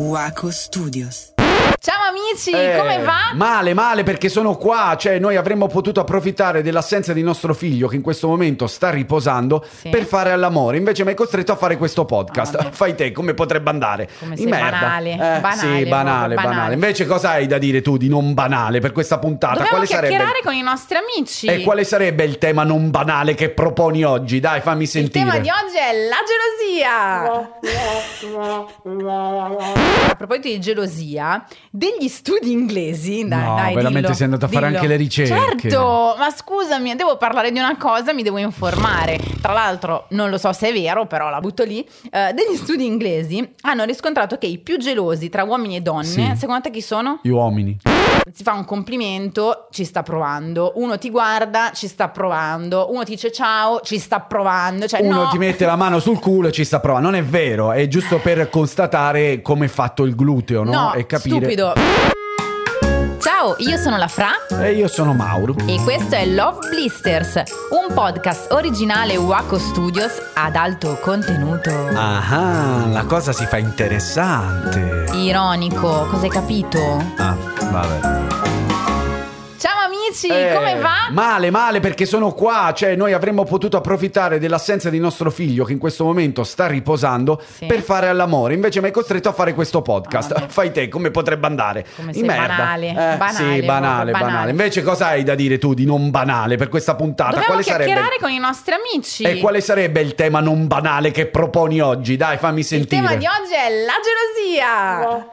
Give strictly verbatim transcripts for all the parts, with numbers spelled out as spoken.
Waco Studios. Ciao amici, Eh, come va? Male, male perché sono qua, cioè noi avremmo potuto approfittare dell'assenza di nostro figlio che in questo momento sta riposando Sì. per fare all'amore, invece mi hai costretto a fare questo podcast. Ah, vabbè. Fai te, come potrebbe andare? Come Di sei merda. banale, Eh, banale, sì, banale, proprio banale, banale. Invece cosa hai da dire tu di non banale per questa puntata? Dobbiamo Quale chiacchierare sarebbe? con i nostri amici. E quale sarebbe il tema non banale che proponi oggi? Dai, fammi Il sentire. tema di oggi è la gelosia. A proposito di gelosia, degli studi inglesi. Dai, No, dai, veramente dillo, sei andato a fare dillo. anche le ricerche. Certo, ma scusami, devo parlare di una cosa, mi devo informare. Tra l'altro, non lo so se è vero, però la butto lì. Eh, degli studi inglesi hanno riscontrato che i più gelosi tra uomini e donne, Sì. secondo te chi sono? Gli uomini. Si fa un complimento, ci sta provando. Uno ti guarda, ci sta provando. Uno ti dice ciao, ci sta provando. Cioè, Uno no. ti mette la mano sul culo e ci sta provando. Non è vero, è giusto per constatare come è fatto il gluteo, no? No, E capire. stupido. Ciao, io sono la Fra E io sono Mauro. e questo è Love Blisters, un podcast originale Waco Studios ad alto contenuto. Ah, la cosa si fa interessante. Ironico, cosa hai capito? Ah, vabbè. Ciao amici, Eh, come va? Male, male perché sono qua, cioè noi avremmo potuto approfittare dell'assenza di nostro figlio che in questo momento sta riposando Sì. per fare all'amore, invece mi hai costretto a fare questo podcast. Ah, vabbè. Fai te, come potrebbe andare? Come Di sei merda. banale, Eh, banale, sì, proprio banale, banale, banale. Invece cosa hai da dire tu di non banale per questa puntata? Dobbiamo Quale sarebbe? chiacchierare con i nostri amici. E quale sarebbe il tema non banale che proponi oggi? Dai, fammi Il sentire. tema di oggi è la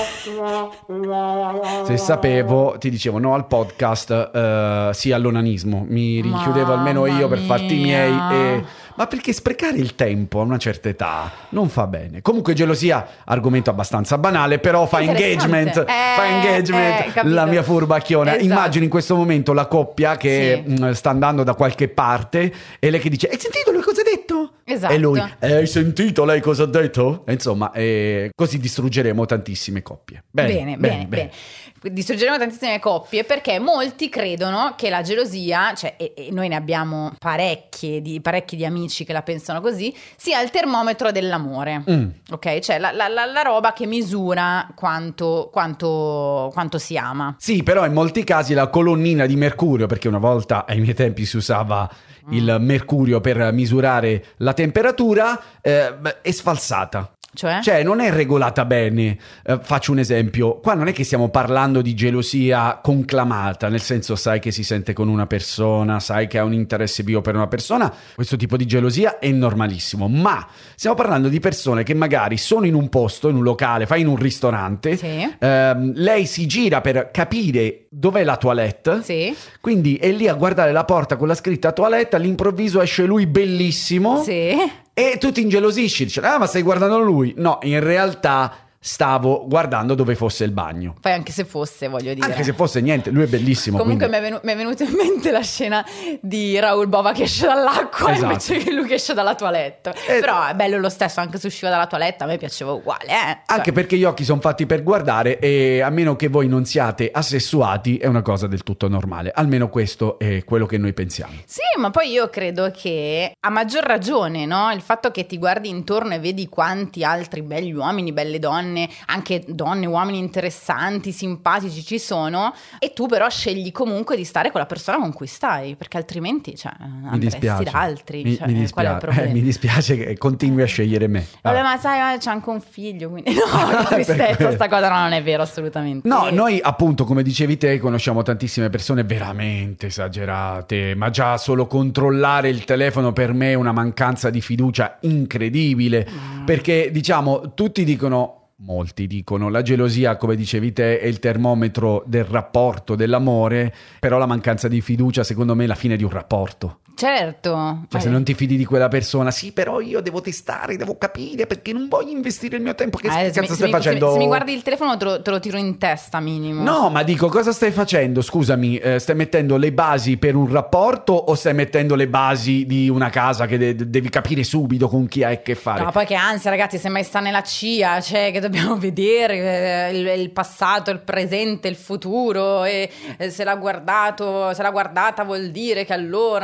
gelosia. Se sapevo, ti dicevo no al podcast, eh, sì all'onanismo. Mi rinchiudevo almeno io per fatti mia. miei. E... Ma perché sprecare il tempo a una certa età non fa bene. Comunque gelosia, argomento abbastanza banale, però fa Interessante. engagement, Eh, fa engagement eh, capito. la mia furbacchiona. Esatto. Immagino in questo momento la coppia che Sì. mh, sta andando da qualche parte e lei che dice hai sentito lui cosa ha detto? Esatto. E lui "Eh, hai sentito lei cosa ha detto? E insomma, eh, così distruggeremo tantissime coppie. Bene, Bene, bene, bene. Distruggeremo tantissime coppie perché molti credono che la gelosia, cioè, e, e noi ne abbiamo parecchie di, parecchi di amici che la pensano così, sia il termometro dell'amore. Mm. Ok? Cioè la, la- la- la roba che misura quanto, quanto, quanto si ama. Sì, però in molti casi la colonnina di mercurio, perché una volta ai miei tempi si usava il mercurio per misurare la temperatura, eh, beh, è sfalsata. Cioè? Cioè non è regolata bene. Eh, faccio un esempio, qua non è che stiamo parlando di gelosia conclamata, nel senso sai che si sente con una persona, sai che ha un interesse vivo per una persona, questo tipo di gelosia è normalissimo, ma stiamo parlando di persone che magari sono in un posto, in un locale, fai in un ristorante, Sì. ehm, lei si gira per capire dov'è la toilette, Sì. quindi è lì a guardare la porta con la scritta toilette, all'improvviso esce lui bellissimo. Sì. E tu ti ingelosisci, dici, ah ma stai guardando lui? No, in realtà stavo guardando dove fosse il bagno. Poi anche se fosse, voglio dire. Anche se fosse niente, lui è bellissimo. Comunque quindi- mi è, venu- mi è venuta in mente la scena di Raoul Bova che esce dall'acqua Esatto. invece che lui che esce dalla toilette. Eh, Però è bello lo stesso, anche se usciva dalla toilette a me piaceva uguale, eh. Cioè, Anche perché gli occhi sono fatti per guardare e a meno che voi non siate assessuati è una cosa del tutto normale. Almeno questo è quello che noi pensiamo. Sì, ma poi io credo che a maggior ragione, no? Il fatto che ti guardi intorno e vedi quanti altri belli uomini, belle donne, anche donne, uomini interessanti, simpatici ci sono, e tu però scegli comunque di stare con la persona con cui stai, perché altrimenti, cioè, Mi andresti dispiace. da altri. Mi, cioè, mi qual è il dispiace. problema? Eh, mi dispiace che continui a scegliere me. Vabbè, Vabbè. ma sai, eh, c'è anche un figlio, quindi no, che Per tristezza, quello. sta cosa no, non è vero assolutamente. No, Eh, noi appunto, come dicevi te, conosciamo tantissime persone veramente esagerate, ma già solo controllare il telefono per me è una mancanza di fiducia incredibile, perché diciamo, tutti dicono... Molti dicono la gelosia, come dicevi te, è il termometro del rapporto, dell'amore, però la mancanza di fiducia secondo me è la fine di un rapporto. Certo. Cioè se non ti fidi di quella persona, sì però io devo testare, devo capire perché non voglio investire il mio tempo, che, Eh, che se, cazzo mi, stai se mi- facendo? se mi guardi il telefono te lo, te lo tiro in testa minimo. No, ma dico, cosa stai facendo? Scusami, eh, stai mettendo le basi per un rapporto o stai mettendo le basi di una casa che de- devi capire subito con chi hai a che fare? No, poi che ansia, ragazzi, se mai sta nella C I A, cioè che dobbiamo vedere eh, il, il passato, il presente, il futuro, e eh, se l'ha guardato, se l'ha guardata vuol dire che allora non mi desidera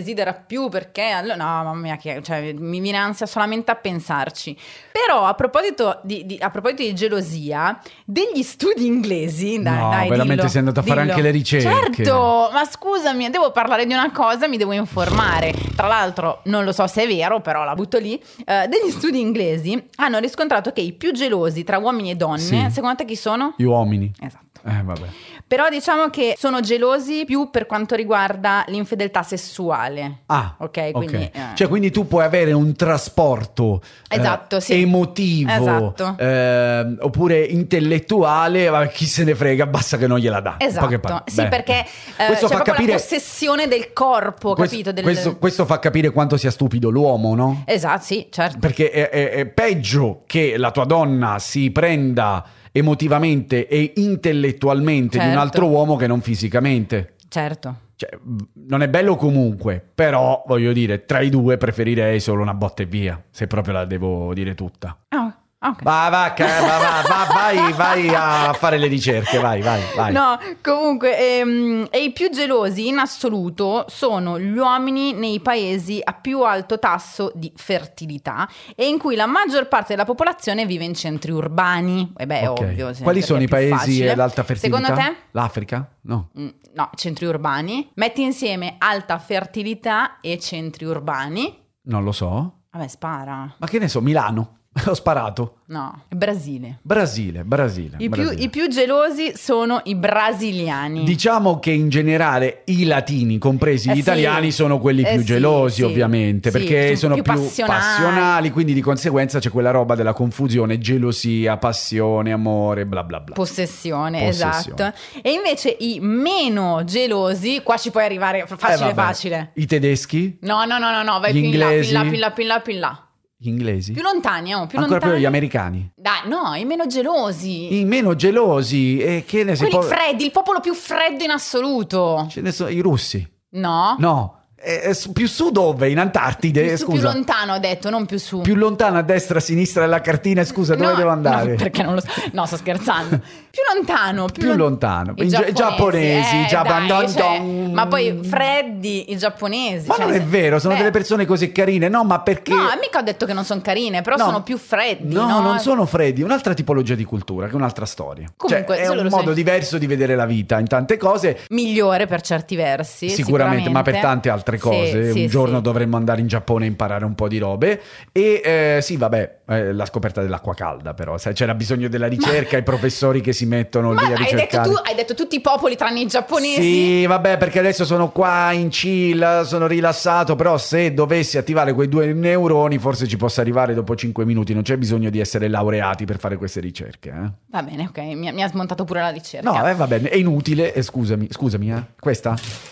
desidera più perché allora, no mamma mia che, cioè, mi viene ansia solamente a pensarci. Però a proposito di, di, a proposito di gelosia, degli studi inglesi, dai, no, dai, veramente dillo, sei andato a fare dillo. anche le ricerche. Certo, ma scusami, devo parlare di una cosa, mi devo informare. Tra l'altro non lo so se è vero, però la butto lì. Eh, degli studi inglesi hanno riscontrato che i più gelosi tra uomini e donne, sì. secondo te chi sono? Gli uomini. Esatto. Eh, vabbè. Però diciamo che sono gelosi più per quanto riguarda l'infedeltà sessuale. Ah, ok, quindi okay. eh. Cioè quindi tu puoi avere un trasporto esatto, eh, sì. emotivo esatto. eh, oppure intellettuale, ma chi se ne frega, basta che non gliela dà. Esatto, sì, beh, perché eh, questo c'è fa proprio capire, la possessione del corpo, questo, capito? Del... Questo, questo fa capire quanto sia stupido l'uomo, no? Esatto, sì, certo. Perché è, è, è peggio che la tua donna si prenda emotivamente e intellettualmente certo. di un altro uomo che non fisicamente. Certo. Cioè, non è bello comunque, però voglio dire, tra i due preferirei solo una botta e via, se proprio la devo dire tutta. Oh. Okay. Va, va, va, va, va, vai, vai a fare le ricerche, vai, vai, vai. No, comunque, ehm, e i più gelosi in assoluto sono gli uomini nei paesi a più alto tasso di fertilità e in cui la maggior parte della popolazione vive in centri urbani. E beh, è Okay. ovvio. Quali sono i paesi facile. ad alta fertilità? Secondo te? L'Africa? No. Mm, no, centri urbani. Metti insieme alta fertilità e centri urbani. Non lo so. Vabbè, spara. Ma che ne so, Milano. Ho sparato. No, Brasile. Brasile, Brasile. I, Brasile. Più, I più gelosi sono i brasiliani. Diciamo che in generale i latini, compresi Eh gli sì. italiani, sono quelli Eh più sì, gelosi, sì. ovviamente, Sì, perché sono sono più più, passionali. passionali, quindi di conseguenza c'è quella roba della confusione, gelosia, passione, amore, bla bla bla. Possessione, Possessione. esatto. E invece i meno gelosi, qua ci puoi arrivare facile Eh, vabbè. facile. I tedeschi? No, no, no, no, no, vai Gli più in là, più in là, inglesi? più in là, più in là, più in là. Gli inglesi? Più lontani, oh, più Ancora lontani. più gli americani? Dai, no, i meno gelosi. I meno gelosi? E che ne si Quelli può... freddi, il popolo più freddo in assoluto. Ce ne sono i russi? No? No. Eh, eh, su- più su dove? In Antartide? Più, su, più Scusa. lontano ho detto, non più su. Più lontano a destra, a sinistra della cartina? Scusa, dove No, devo andare? No, perché non lo so. No, sto scherzando. Più lontano. Più, Più lon- lontano. I I gia- giapponesi, eh, i giappan- dai, don- cioè, don- ma poi freddi, i giapponesi. Ma cioè, non è se- vero, sono beh, delle persone così carine. No, ma perché... No, mica ho detto che non sono carine, però No. sono più freddi. No, No, non sono freddi, un'altra tipologia di cultura, che è un'altra storia. Comunque, cioè, è se un loro modo sono- diverso di vedere la vita in tante cose. Migliore per certi versi. Sicuramente, ma per tante altre cose. Sì, un sì, giorno sì. dovremmo andare in Giappone a imparare un po' di robe. E eh, sì, vabbè, eh, la scoperta dell'acqua calda, però. Sai, c'era bisogno della ricerca, i professori che si mettono Ma lì a hai detto, ricercare. tu, hai detto tutti i popoli tranne i giapponesi? Sì, vabbè, perché adesso sono qua in chill, sono rilassato, però se dovessi attivare quei due neuroni forse ci posso arrivare dopo cinque minuti, non c'è bisogno di essere laureati per fare queste ricerche. Eh? Va bene, ok, mi, mi ha smontato pure la ricerca. No, eh, va bene, è inutile, eh, scusami, scusami, eh. Questa?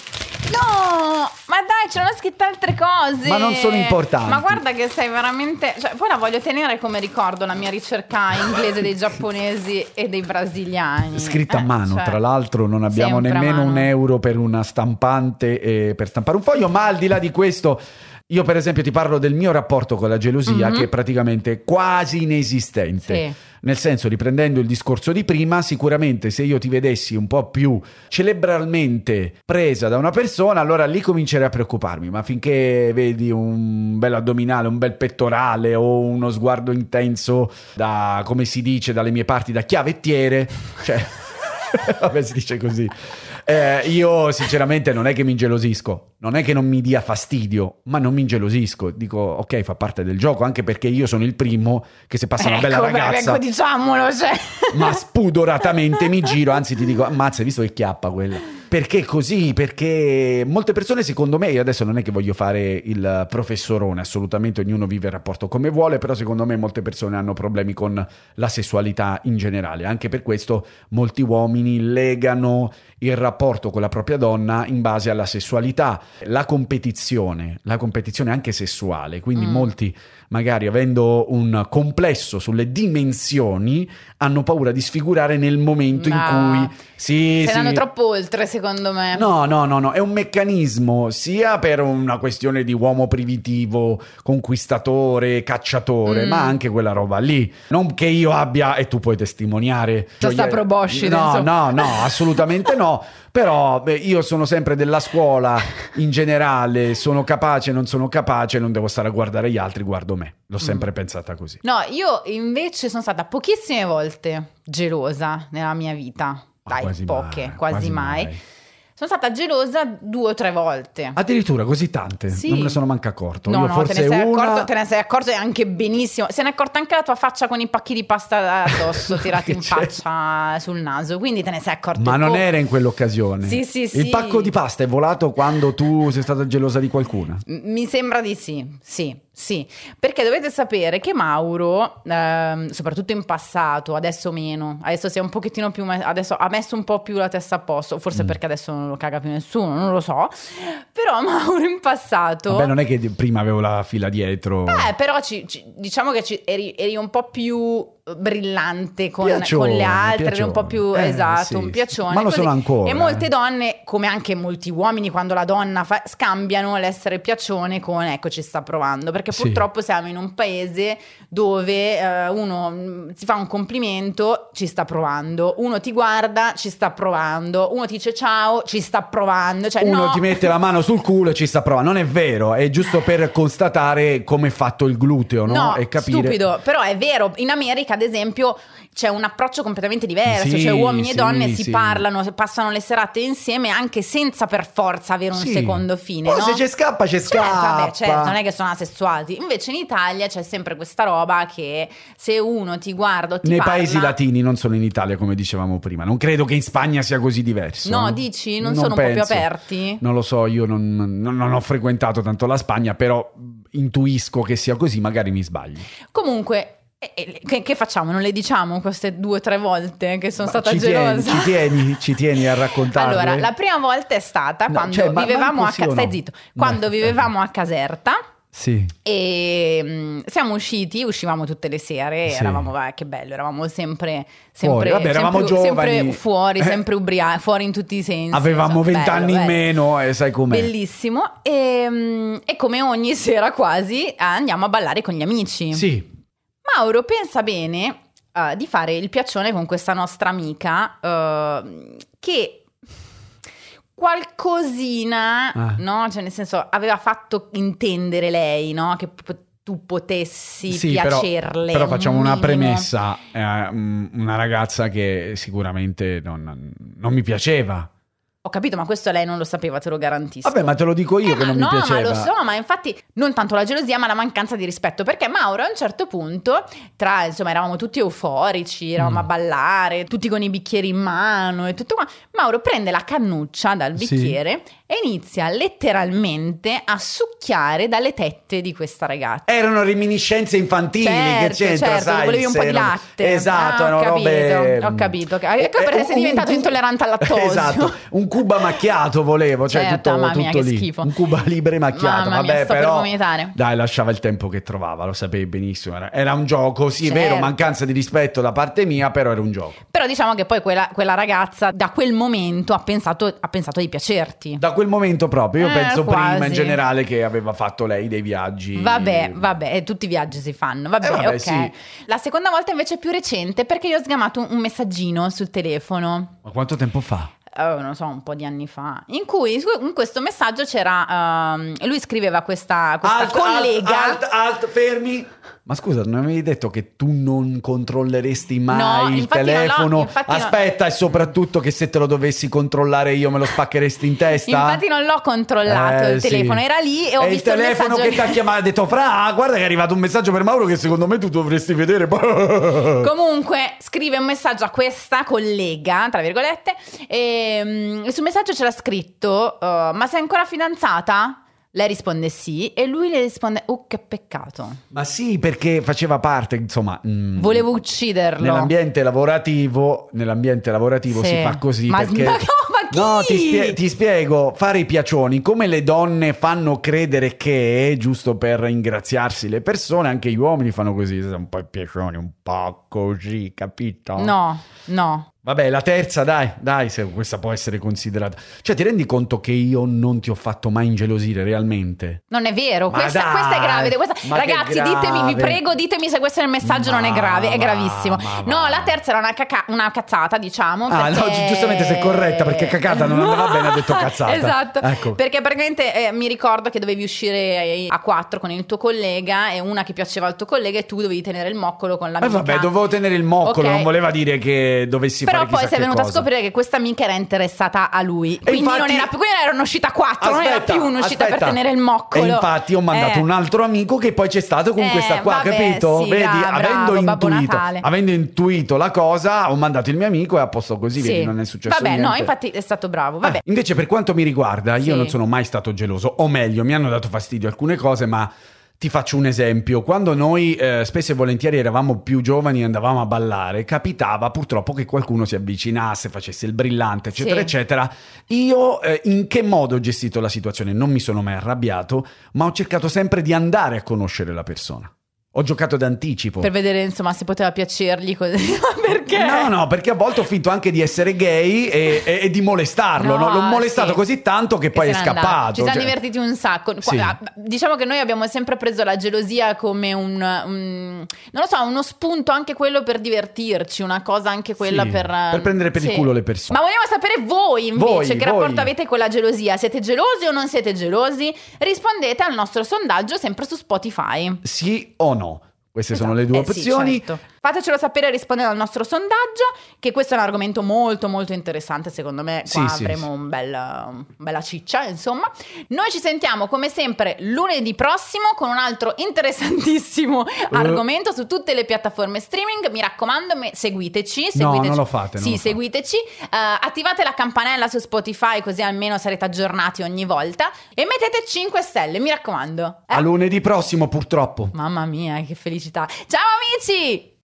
No, ma dai, c'erano scritte altre cose. Ma non sono importanti. Ma guarda che sei veramente... Cioè, poi la voglio tenere come ricordo, la mia ricerca inglese dei giapponesi e dei brasiliani. Scritta a Eh, mano, cioè, tra l'altro non abbiamo sempre a nemmeno mano. un euro per una stampante e per stampare un foglio, ma al di là di questo... Io per esempio ti parlo del mio rapporto con la gelosia, Mhm. che è praticamente quasi inesistente. Sì. Nel senso, riprendendo il discorso di prima, sicuramente se io ti vedessi un po' più cerebralmente presa da una persona, allora lì comincerei a preoccuparmi. Ma finché vedi un bel addominale, un bel pettorale o uno sguardo intenso da, come si dice dalle mie parti, da chiavettiere, cioè... Vabbè, si dice così. Eh, io sinceramente non è che mi ingelosisco, non è che non mi dia fastidio, ma non mi ingelosisco. Dico, ok, fa parte del gioco, anche perché io sono il primo che se passa una bella Ecco, beh, ragazza, ecco, diciamolo, cioè. ma spudoratamente mi giro, anzi ti dico, ammazza, hai visto che chiappa quella? Perché così? Perché molte persone, secondo me, io adesso non è che voglio fare il professorone, assolutamente ognuno vive il rapporto come vuole, però secondo me molte persone hanno problemi con la sessualità in generale. Anche per questo molti uomini legano il rapporto con la propria donna in base alla sessualità, la competizione, la competizione anche sessuale, quindi Mm. molti magari avendo un complesso sulle dimensioni hanno paura di sfigurare nel momento No. in cui sì, Stai sì, andando troppo oltre, secondo secondo me. No, no, no, no, è un meccanismo sia per una questione di uomo primitivo, conquistatore, cacciatore, mm. ma anche quella roba lì. Non che io abbia, e tu puoi testimoniare. Cioè, sta proboscide. No, no, no, assolutamente no. Però beh, io sono sempre della scuola in generale, sono capace, non sono capace, non devo stare a guardare gli altri, guardo me. L'ho sempre mm. pensata così. No, io invece sono stata pochissime volte gelosa nella mia vita. Dai, quasi poche, mai, quasi, quasi mai. mai. Sono stata gelosa due o tre volte. Addirittura così tante? Sì. Non me ne sono manco accorto. No, Io no, forse te ne sei una... accorto, te ne sei accorto e anche benissimo. Se ne è accorta anche la tua faccia con i pacchi di pasta addosso tirati in faccia sul naso. Quindi te ne sei accorto. Ma non era in quell'occasione? Sì, sì, sì. Il pacco di pasta è volato quando tu sei stata gelosa di qualcuna? Mi sembra di sì, sì. Sì, perché dovete sapere che Mauro, ehm, soprattutto in passato, adesso meno, adesso si è un pochettino più, me- adesso ha messo un po' più la testa a posto, forse mm. perché adesso non lo caga più nessuno, non lo so, però Mauro in passato... Vabbè, non è che prima avevo la fila dietro... Beh, però ci, ci, diciamo che ci, eri, eri un po' più brillante con, piacione, con le altre, piacione. eri un po' più, eh, esatto, sì, un piacione. Sì. Ma lo così. sono ancora. E molte donne, come anche molti uomini, quando la donna fa, scambiano l'essere piacione con ecco ci sta provando, perché sì. purtroppo siamo in un paese dove eh, uno si fa un complimento, ci sta provando, uno ti guarda, ci sta provando, uno ti dice ciao, ci sta provando, cioè, uno no. ti mette la mano sul culo e ci sta provando. Non è vero, è giusto per constatare come è fatto il gluteo, no? No, e capire... stupido, però è vero. In America, ad esempio, c'è un approccio completamente diverso, sì, cioè uomini sì, e donne si sì. parlano, passano le serate insieme anche senza per forza avere un sì. secondo fine, oh, no? se c'è scappa c'è certo, scappa, vabbè, certo, non è che sono asessuati. Invece in Italia c'è sempre questa roba che se uno ti guarda o ti nei parla... paesi latini, non solo in Italia come dicevamo prima. Non credo che in Spagna sia così diverso. No, eh? dici? Non, non sono penso. un po' più aperti? Non lo so, io non, non, non ho frequentato tanto la Spagna, però intuisco che sia così, magari mi sbaglio. Comunque... Che, che facciamo? Non le diciamo queste due o tre volte che sono ma stata ci gelosa? Tieni, ci tieni, ci tieni a raccontarle? Allora, la prima volta è stata no, quando cioè, vivevamo a sì Ca- stai no? zitto, quando no, vivevamo a Caserta. Sì. E mh, siamo usciti, uscivamo tutte le sere, sì. eravamo, vai, che bello, eravamo sempre, sempre, fuori. Vabbè, eravamo sempre, giovani. sempre fuori, eh. sempre ubriachi, fuori in tutti i sensi. Avevamo vent'anni in meno e sai com'è. Bellissimo. E, mh, e come ogni sera quasi andiamo a ballare con gli amici. Sì. Mauro pensa bene uh, di fare il piaccione con questa nostra amica uh, che qualcosina, ah. no? Cioè nel senso aveva fatto intendere lei, no? Che p- tu potessi sì, piacerle. Però, però facciamo un una minimo. premessa, eh, una ragazza che sicuramente non, non mi piaceva. Ho capito, ma questo lei non lo sapeva, te lo garantisco. Vabbè, ma te lo dico io eh, che non no, mi piaceva. No, ma lo so, ma infatti non tanto la gelosia, ma la mancanza di rispetto. Perché Mauro a un certo punto, tra, insomma, eravamo tutti euforici, eravamo mm. a ballare, tutti con i bicchieri in mano e tutto qua. Mauro prende la cannuccia dal bicchiere sì. e inizia letteralmente a succhiare dalle tette di questa ragazza. Erano reminiscenze infantili, certo, che c'entra, certo, sai? Volevi un po' di latte. Esatto, ah, erano ho capito, robe... Ho capito, ecco perché eh, sei diventato un... intollerante al lattosio. Esatto, un Cuba macchiato volevo, cioè certo, tutto, mamma mia, tutto che lì. schifo. Un Cuba libre macchiato, mamma vabbè, mia, sto però per vomitare. Dai, lasciava il tempo che trovava, lo sapevi benissimo. Era, era un gioco, sì, certo. è vero, mancanza di rispetto da parte mia, però era un gioco. Però diciamo che poi quella, quella ragazza da quel momento ha pensato, ha pensato di piacerti. Da quel momento proprio, io eh, penso quasi. prima in generale che aveva fatto lei dei viaggi. Vabbè, vabbè, tutti i viaggi si fanno, vabbè, eh, vabbè ok. Sì. La seconda volta invece è più recente perché io ho sgamato un, un messaggino sul telefono. Ma quanto tempo fa? Oh, non so, un po' di anni fa, in cui in questo messaggio c'era, um, lui scriveva questa, questa alt, collega. Alt, alt, alt, fermi. Ma scusa, non avevi detto che tu non controlleresti mai no, il telefono? No, Aspetta, no. e soprattutto che se te lo dovessi controllare io me lo spaccheresti in testa? Infatti non l'ho controllato, eh, il sì. telefono era lì e ho e visto il telefono il che ti ha chiamato, ha detto Fra, guarda che è arrivato un messaggio per Mauro che secondo me tu dovresti vedere. Comunque scrive un messaggio a questa collega, tra virgolette, e, e sul messaggio c'era scritto uh, ma sei ancora fidanzata? Lei risponde sì e lui le risponde oh che peccato. Ma sì, perché faceva parte, insomma, mh, volevo ucciderlo. Nell'ambiente lavorativo, nell'ambiente lavorativo sì. si fa così ma, perché ma, ma chi? No, ti, spie- ti spiego, fare i piacioni, come le donne fanno credere che, giusto per ringraziarsi le persone, anche gli uomini fanno così, un po' i piacioni, un po' così, capito? No, no. Vabbè, la terza, dai, dai, se questa può essere considerata. Cioè, ti rendi conto che io non ti ho fatto mai ingelosire realmente? Non è vero, Ma questa, dai, questa è grave. Questa... ma che Ragazzi, grave. ditemi, vi prego, ditemi se questo è il messaggio, Ma non è grave, è va, gravissimo. ma No, va. la terza era una, caca- una cazzata, diciamo. Ah, perché... no, gi- giustamente sei corretta, perché cacata non andava bene, ha detto cazzata. Esatto, Ecco. perché praticamente eh, mi ricordo che dovevi uscire a quattro con il tuo collega e una che piaceva al tuo collega e tu dovevi tenere il moccolo con Eh l'amica. vabbè, dovevo tenere il moccolo, Ok. non voleva dire che dovessi Però fare poi chissà sei che venuta cosa. a scoprire che questa amica era interessata a lui. Quindi infatti- non era più, quindi era un'uscita a quattro, non era Aspetta, più un'uscita aspetta. per tenere il moccolo. E infatti ho mandato Eh. un altro amico che poi c'è stato con Eh, questa qua, vabbè, capito? sì, Vedi, bravo, avendo, bravo, Babbo intuito, Natale. avendo intuito la cosa, ho mandato il mio amico e a posto così, Sì. vedi, non è successo Vabbè, niente. no, infatti è stato bravo. Vabbè. Eh, invece per quanto mi riguarda, io Sì. non sono mai stato geloso, o meglio, mi hanno dato fastidio alcune cose, ma ti faccio un esempio. Quando noi eh, spesso e volentieri eravamo più giovani e andavamo a ballare, capitava purtroppo che qualcuno si avvicinasse, facesse il brillante, eccetera, Sì. eccetera. Io eh, in che modo ho gestito la situazione? Non mi sono mai arrabbiato, ma ho cercato sempre di andare a conoscere la persona. Ho giocato d'anticipo. Per vedere, insomma, se poteva piacergli così. Perché? No, no, perché a volte ho finto anche di essere gay e, e- e di molestarlo. No, no? L'ho molestato sì. così tanto che, Che poi è se n'è andato. scappato. Ci siamo cioè- divertiti un sacco. Qua- Sì. ah, Diciamo che noi abbiamo sempre preso la gelosia come un, un- non lo so, uno spunto anche quello per divertirci, una cosa anche quella Sì, per per prendere per il sì. culo le persone. Ma vogliamo sapere voi invece Voi, che voi. rapporto avete con la gelosia? Siete gelosi o non siete gelosi? Rispondete al nostro sondaggio sempre su Spotify. Sì o no? Queste sono le Esatto. due Eh, sì, opzioni. certo. Fatecelo sapere rispondendo al nostro sondaggio, che questo è un argomento molto molto interessante, secondo me qua Sì, sì, avremo sì. un bel, un bella ciccia, insomma. Noi ci sentiamo come sempre lunedì prossimo con un altro interessantissimo Uh. argomento su tutte le piattaforme streaming. Mi raccomando, me- seguiteci, seguiteci. No, non lo fate, non Sì, lo fate. seguiteci. Eh, attivate la campanella su Spotify così almeno sarete aggiornati ogni volta e mettete cinque stelle, mi raccomando. Eh? A lunedì prossimo, purtroppo. Mamma mia, che felicità. Ciao amici!